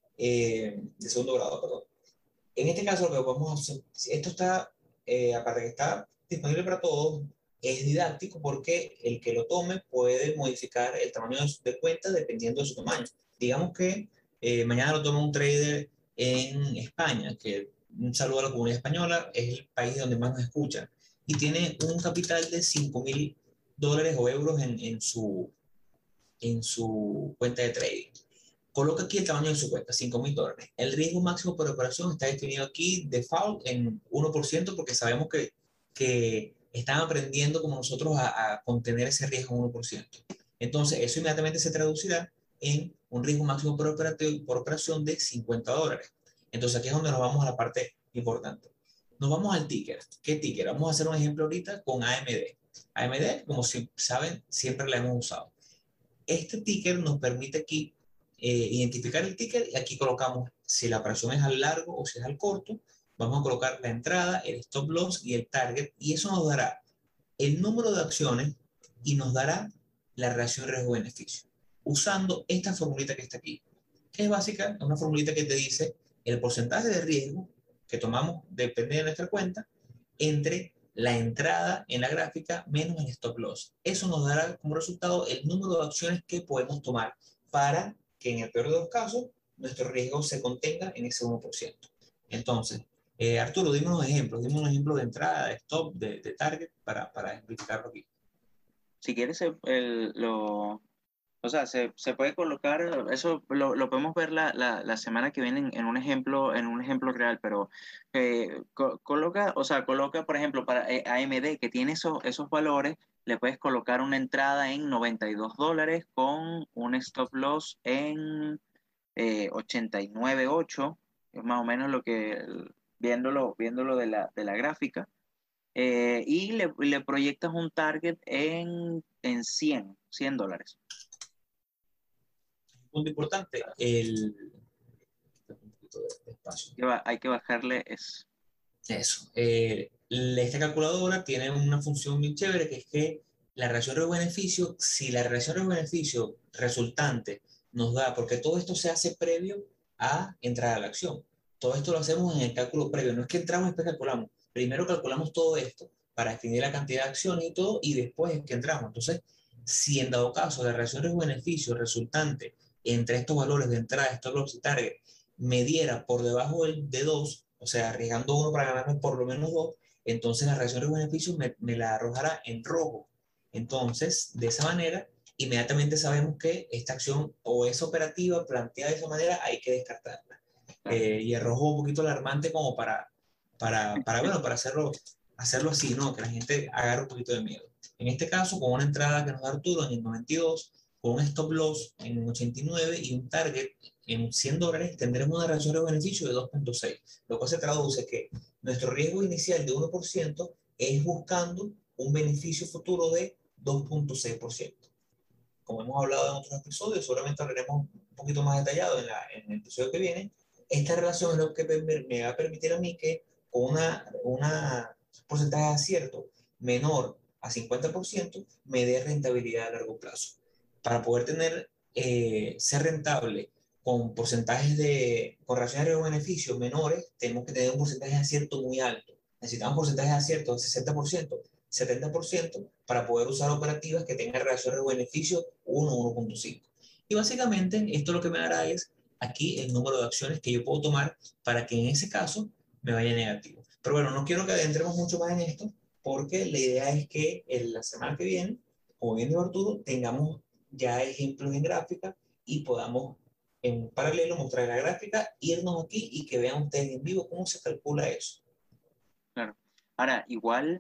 eh, de segundo grado, perdón. En este caso, lo que podemos hacer, esto está, eh, aparte de que está disponible para todos, es didáctico porque el que lo tome puede modificar el tamaño de, su, de cuenta dependiendo de su tamaño. Digamos que eh, mañana lo toma un trader en España, que un saludo a la comunidad española, es el país donde más nos escuchan, y tiene un capital de cinco mil dólares o euros en, en, su, en su cuenta de trading. Coloca aquí el tamaño de su cuenta, cinco mil dólares. El riesgo máximo por operación está definido aquí, default, en uno por ciento, porque sabemos que, que están aprendiendo como nosotros a, a contener ese riesgo en uno por ciento. Entonces, eso inmediatamente se traducirá en un riesgo máximo por, por operación de cincuenta dólares. Entonces, aquí es donde nos vamos a la parte importante. Nos vamos al ticker. ¿Qué ticker? Vamos a hacer un ejemplo ahorita con A M D. A M D, como si saben, siempre la hemos usado. Este ticker nos permite aquí eh, identificar el ticker y aquí colocamos si la operación es al largo o si es al corto. Vamos a colocar la entrada, el stop loss y el target y eso nos dará el número de acciones y nos dará la relación riesgo-beneficio usando esta formulita que está aquí, que es básica, es una formulita que te dice el porcentaje de riesgo que tomamos, depende de nuestra cuenta, entre la entrada en la gráfica menos el stop loss. Eso nos dará como resultado el número de acciones que podemos tomar para que en el peor de los casos nuestro riesgo se contenga en ese uno por ciento. Entonces, eh, Arturo, dime unos ejemplos, dime un ejemplo de entrada, de stop, de, de target para, para explicarlo aquí. Si quieres, el, lo, o sea, se, se puede colocar, eso lo, lo podemos ver la, la, la semana que viene en, en un ejemplo, en un ejemplo real, pero eh, co coloca, o sea, coloca, por ejemplo, para eh, A M D, que tiene esos, esos valores, le puedes colocar una entrada en noventa y dos dólares con un stop loss en eh, ochenta y nueve punto ocho, es más o menos lo que, viéndolo, viéndolo de la, de la gráfica, eh, y le, le proyectas un target en, en cien dólares. Un punto importante, el... Hay que bajarle eso. Eso. Eh, esta calculadora tiene una función muy chévere que es que la relación riesgo-beneficio, si la relación riesgo-beneficio resultante nos da, porque todo esto se hace previo a entrar a la acción. Todo esto lo hacemos en el cálculo previo. No es que entramos y después calculamos. Primero calculamos todo esto para definir la cantidad de acciones y todo, y después es que entramos. Entonces, si en dado caso la relación riesgo-beneficio resultante entre estos valores de entrada, stop loss y target me diera por debajo de dos, o sea, arriesgando uno para ganarme por lo menos dos, entonces la relación de beneficios me, me la arrojará en rojo. Entonces, de esa manera, inmediatamente sabemos que esta acción o es operativa, planteada de esa manera, hay que descartarla. Eh, y el rojo un poquito alarmante como para, para, para bueno, para hacerlo, hacerlo así, ¿no? Que la gente agarre un poquito de miedo. En este caso, con una entrada que nos da Arturo en el noventa y dos, con un stop loss en ochenta y nueve y un target en cien dólares, tendremos una relación de beneficio de dos punto seis, lo cual se traduce que nuestro riesgo inicial de uno por ciento es buscando un beneficio futuro de dos punto seis por ciento. Como hemos hablado en otros episodios, seguramente hablaremos un poquito más detallado en, la, en el episodio que viene. Esta relación es lo que me va a permitir a mí que con una, una porcentaje de acierto menor a cincuenta por ciento me dé rentabilidad a largo plazo. Para poder tener, eh, ser rentable con porcentajes de, con relaciones de riesgo-beneficio menores, tenemos que tener un porcentaje de acierto muy alto. Necesitamos porcentajes de acierto del sesenta por ciento, setenta por ciento para poder usar operativas que tengan relación riesgo-beneficio uno a uno punto cinco. Y básicamente esto lo que me dará es aquí el número de acciones que yo puedo tomar para que en ese caso me vaya negativo. Pero bueno, no quiero que adentremos mucho más en esto porque la idea es que en la semana que viene, como bien dijo Arturo, tengamos ya ejemplos en gráfica y podamos en paralelo mostrar la gráfica, irnos aquí y que vean ustedes en vivo cómo se calcula eso. Claro. Ahora, igual,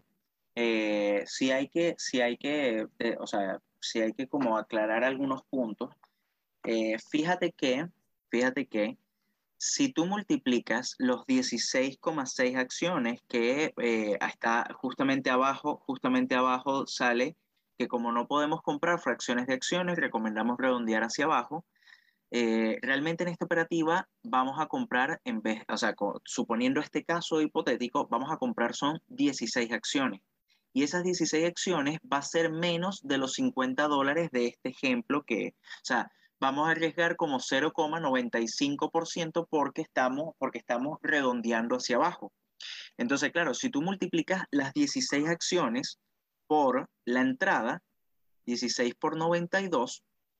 eh, sí hay que, sí hay que, eh, o sea, sí hay que como aclarar algunos puntos. Eh, fíjate que, fíjate que si tú multiplicas los dieciséis coma seis acciones que eh, está justamente abajo, justamente abajo sale que como no podemos comprar fracciones de acciones, recomendamos redondear hacia abajo. Eh, realmente en esta operativa vamos a comprar, en vez, o sea, co- suponiendo este caso hipotético, vamos a comprar son dieciséis acciones. Y esas dieciséis acciones va a ser menos de los cincuenta dólares de este ejemplo que, o sea, vamos a arriesgar como cero coma noventa y cinco por ciento porque estamos, porque estamos redondeando hacia abajo. Entonces, claro, si tú multiplicas las dieciséis acciones por la entrada, dieciséis por noventa y dos,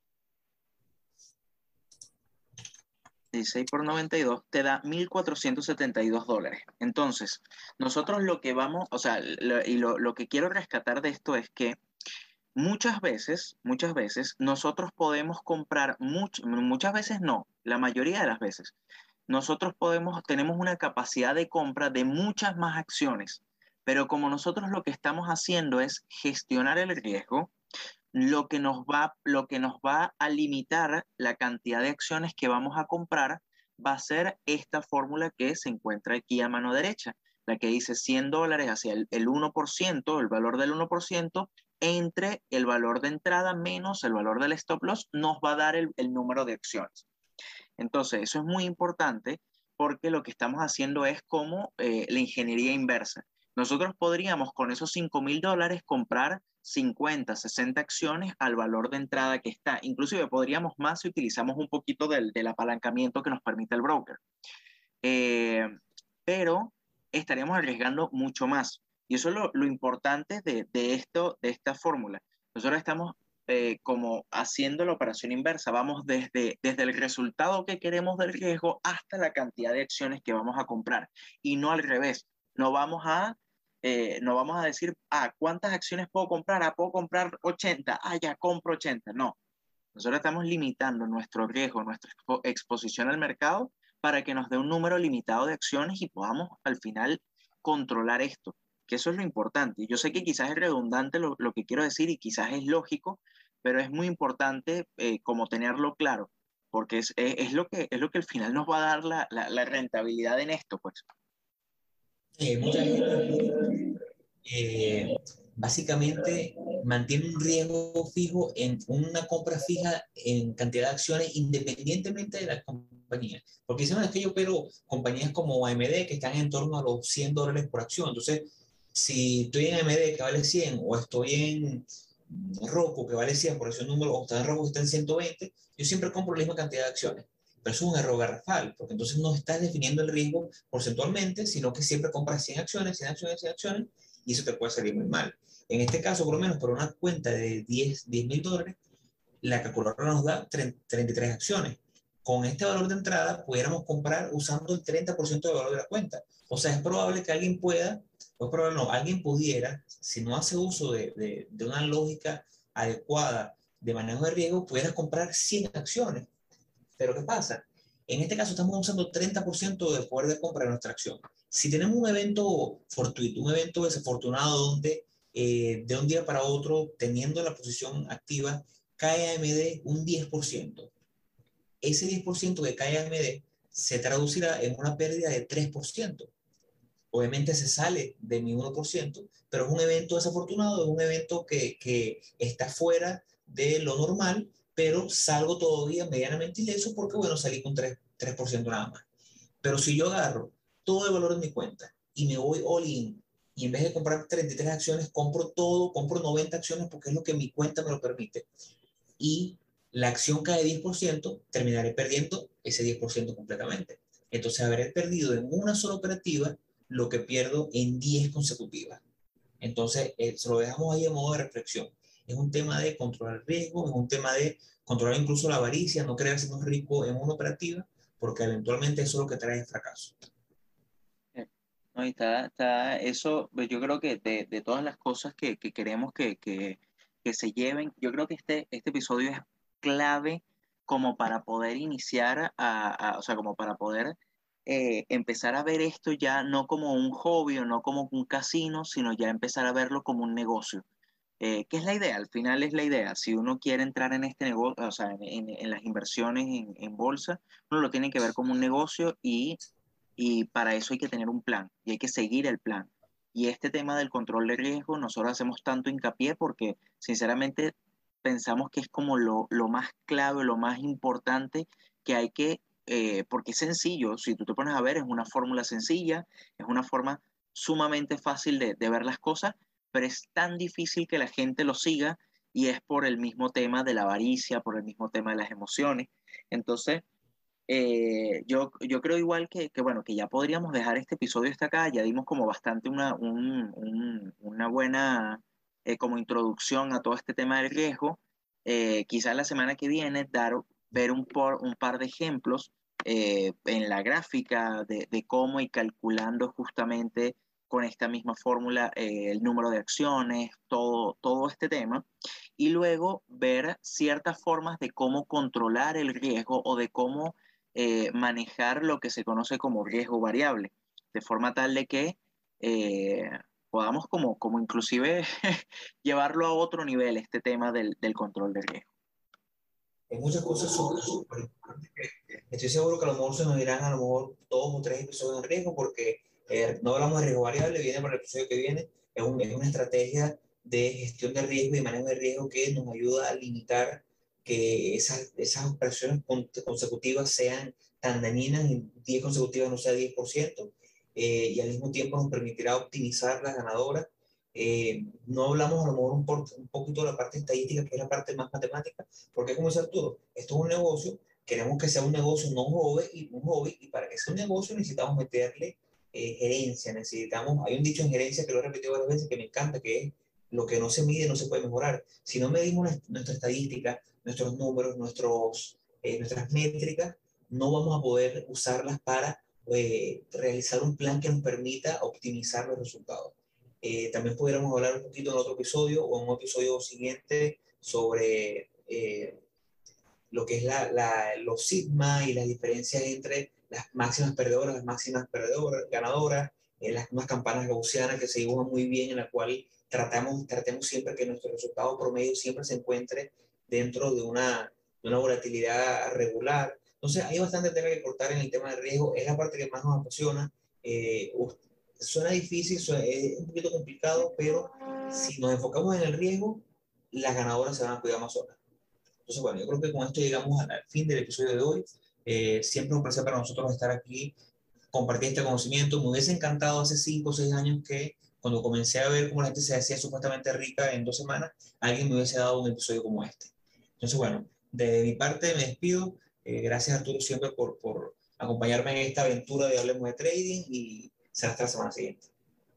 dieciséis por noventa y dos te da mil cuatrocientos setenta y dos dólares. Entonces, nosotros lo que vamos, o sea, lo, y lo, lo que quiero rescatar de esto es que muchas veces, muchas veces, nosotros podemos comprar, much, muchas veces no, la mayoría de las veces, nosotros podemos, tenemos una capacidad de compra de muchas más acciones, pero como nosotros lo que estamos haciendo es gestionar el riesgo, lo que nos va, lo que nos va a limitar la cantidad de acciones que vamos a comprar va a ser esta fórmula que se encuentra aquí a mano derecha, la que dice cien dólares hacia el, el uno por ciento, el valor del uno por ciento, entre el valor de entrada menos el valor del stop loss, nos va a dar el, el número de acciones. Entonces, eso es muy importante porque lo que estamos haciendo es como eh, la ingeniería inversa. Nosotros podríamos con esos cinco mil dólares comprar cincuenta, sesenta acciones al valor de entrada que está. Inclusive podríamos más si utilizamos un poquito del, del apalancamiento que nos permite el broker. Eh, pero estaríamos arriesgando mucho más. Y eso es lo, lo importante de, de, esto, de esta fórmula. Nosotros estamos eh, como haciendo la operación inversa. Vamos desde, desde el resultado que queremos del riesgo hasta la cantidad de acciones que vamos a comprar. Y no al revés. No vamos a, eh, no vamos a decir, ah, ¿cuántas acciones puedo comprar? Ah, puedo comprar ochenta. Ah, ya compro ochenta. No. Nosotros estamos limitando nuestro riesgo, nuestra expo exposición al mercado para que nos dé un número limitado de acciones y podamos al final controlar esto, que eso es lo importante. Yo sé que quizás es redundante lo, lo que quiero decir y quizás es lógico, pero es muy importante eh, como tenerlo claro, porque es, es, es, lo que, es lo que al final nos va a dar la, la, la rentabilidad en esto, pues. Eh, mucha gente eh, básicamente mantiene un riesgo fijo en una compra fija en cantidad de acciones independientemente de la compañía. Porque dicen, no, es que yo opero compañías como A M D que están en torno a los cien dólares por acción. Entonces, si estoy en A M D que vale cien o estoy en Roku que vale cien por ese número, o está en Roku que está en ciento veinte, yo siempre compro la misma cantidad de acciones. Pero eso es un error garrafal, porque entonces no estás definiendo el riesgo porcentualmente, sino que siempre compras cien acciones, cien acciones, cien acciones, y eso te puede salir muy mal. En este caso, por lo menos por una cuenta de diez mil dólares, la calculadora nos da treinta y tres acciones. Con este valor de entrada, pudiéramos comprar usando el treinta por ciento del valor de la cuenta. O sea, es probable que alguien pueda, o es probable no, alguien pudiera, si no hace uso de, de, de una lógica adecuada de manejo de riesgo, pudiera comprar cien acciones. Pero ¿qué pasa? En este caso estamos usando treinta por ciento del poder de compra de nuestra acción. Si tenemos un evento fortuito, un evento desafortunado donde eh, de un día para otro, teniendo la posición activa, cae A M D un diez por ciento. Ese diez por ciento que cae A M D se traducirá en una pérdida de tres por ciento. Obviamente se sale de mi uno por ciento, pero es un evento desafortunado, es un evento que, que está fuera de lo normal, pero salgo todavía medianamente ileso porque, bueno, salí con tres, tres por ciento nada más. Pero si yo agarro todo el valor de mi cuenta y me voy all in, y en vez de comprar treinta y tres acciones, compro todo, compro noventa acciones porque es lo que mi cuenta me lo permite, y la acción cae diez por ciento, terminaré perdiendo ese diez por ciento completamente. Entonces habré perdido en una sola operativa lo que pierdo en diez consecutivas. Entonces, eh, se lo dejamos ahí a modo de reflexión. Es un tema de controlar el riesgo, es un tema de controlar incluso la avaricia, no creerse más rico en una operativa, porque eventualmente eso es lo que trae el fracaso. Eh, No, y está, está eso, pues yo creo que de, de todas las cosas que, que queremos que, que, que se lleven, yo creo que este, este episodio es clave como para poder iniciar a, a- o sea, como para poder eh, empezar a ver esto ya no como un hobby o no como un casino, sino ya empezar a verlo como un negocio. Eh, ¿qué es la idea? Al final es la idea. Si uno quiere entrar en este negocio, o sea, en, en- en las inversiones en, en bolsa, uno lo tiene que ver como un negocio y, y para eso hay que tener un plan y hay que seguir el plan. Y este tema del control de riesgo, nosotros hacemos tanto hincapié porque sinceramente pensamos que es como lo, lo más clave, lo más importante que hay que, eh, porque es sencillo, si tú te pones a ver, es una fórmula sencilla, es una forma sumamente fácil de, de ver las cosas, pero es tan difícil que la gente lo siga y es por el mismo tema de la avaricia, por el mismo tema de las emociones. Entonces, eh, yo, yo creo igual que, que, bueno, que ya podríamos dejar este episodio hasta acá, ya dimos como bastante una, un- un- una buena eh, como introducción a todo este tema del riesgo. Eh, quizás la semana que viene dar, ver un, por, un par de ejemplos eh, en la gráfica de, de cómo y calculando justamente con esta misma fórmula eh, el número de acciones, todo, todo este tema y luego ver ciertas formas de cómo controlar el riesgo o de cómo eh, manejar lo que se conoce como riesgo variable, de forma tal de que eh, podamos como, como inclusive llevarlo a otro nivel este tema del, del control de riesgo. Hay muchas cosas súper, súper importantes que estoy seguro que a lo mejor se nos dirán a lo mejor dos o tres episodios en riesgo porque eh, no hablamos de riesgo variable, viene para el episodio que viene, es, un, es una estrategia de gestión de riesgo y manejo de riesgo que nos ayuda a limitar que esas, esas operaciones consecutivas sean tan dañinas, y diez consecutivas no sea diez por ciento, eh, y al mismo tiempo nos permitirá optimizar las ganadoras. Eh, no hablamos a lo mejor un, por, un poquito de la parte estadística, que es la parte más matemática, porque como dice Arturo, esto es un negocio, queremos que sea un negocio, no un hobby, y, un hobby, y para que sea un negocio necesitamos meterle eh, gerencia, necesitamos, hay un dicho en gerencia que lo he repetido varias veces que me encanta, que es lo que no se mide no se puede mejorar. Si no medimos nuestra estadística, nuestros números, nuestros, eh, nuestras métricas, no vamos a poder usarlas para eh, realizar un plan que nos permita optimizar los resultados. Eh, también pudiéramos hablar un poquito en otro episodio o en un episodio siguiente sobre eh, lo que es la, la, los sigma y las diferencias entre las máximas perdedoras, las máximas perdedoras, ganadoras, eh, las unas campanas gaussianas que se dibujan muy bien, en la cual tratamos, tratemos siempre que nuestro resultado promedio siempre se encuentre dentro de una, de una volatilidad regular. Entonces, hay bastante tela que cortar en el tema de riesgo, es la parte que más nos apasiona. Eh, suena difícil, suena, es un poquito complicado, pero si nos enfocamos en el riesgo, las ganadoras se van a cuidar más solas. Entonces, bueno, yo creo que con esto llegamos al fin del episodio de hoy. Eh, siempre un placer para nosotros estar aquí, compartir este conocimiento. Me hubiese encantado hace cinco o seis años que cuando comencé a ver cómo la gente se hacía supuestamente rica en dos semanas, alguien me hubiese dado un episodio como este. Entonces, bueno, de mi parte me despido. Eh, gracias Arturo siempre por, por acompañarme en esta aventura de Hablemos de Trading y será hasta la semana siguiente.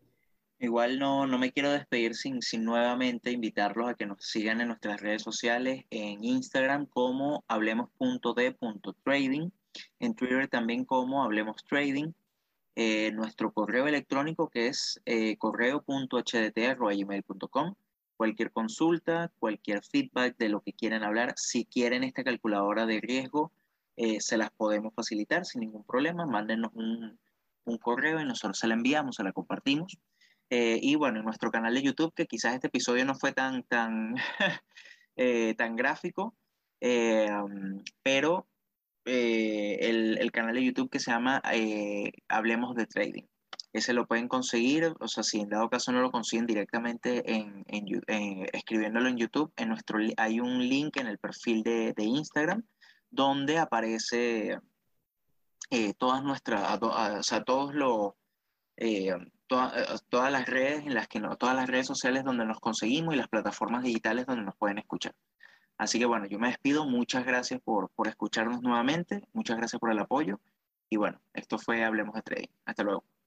Igual no, no me quiero despedir sin, sin nuevamente invitarlos a que nos sigan en nuestras redes sociales, en Instagram como hablemos punto de punto trading, en Twitter también como hablemos trading, eh, nuestro correo electrónico que es eh, correo punto h d t arroba gmail punto com. Cualquier consulta, cualquier feedback de lo que quieran hablar, si quieren esta calculadora de riesgo, eh, se las podemos facilitar sin ningún problema. Mándenos un, un correo y nosotros se la enviamos, se la compartimos. Eh, y bueno, en nuestro canal de YouTube, que quizás este episodio no fue tan, tan, eh, tan gráfico, eh, um, pero eh, el, el canal de YouTube que se llama eh, Hablemos de Trading. Ese lo pueden conseguir, o sea, si en dado caso no lo consiguen directamente en, en, en, escribiéndolo en YouTube, en nuestro, hay un link en el perfil de, de Instagram donde aparece eh, todas nuestras, a, a, o sea, todos los eh, toda, eh, todas las redes en las que no, todas las redes sociales donde nos conseguimos y las plataformas digitales donde nos pueden escuchar. Así que bueno, yo me despido, muchas gracias por, por escucharnos nuevamente, muchas gracias por el apoyo y bueno, esto fue Hablemos de Trading. Hasta luego.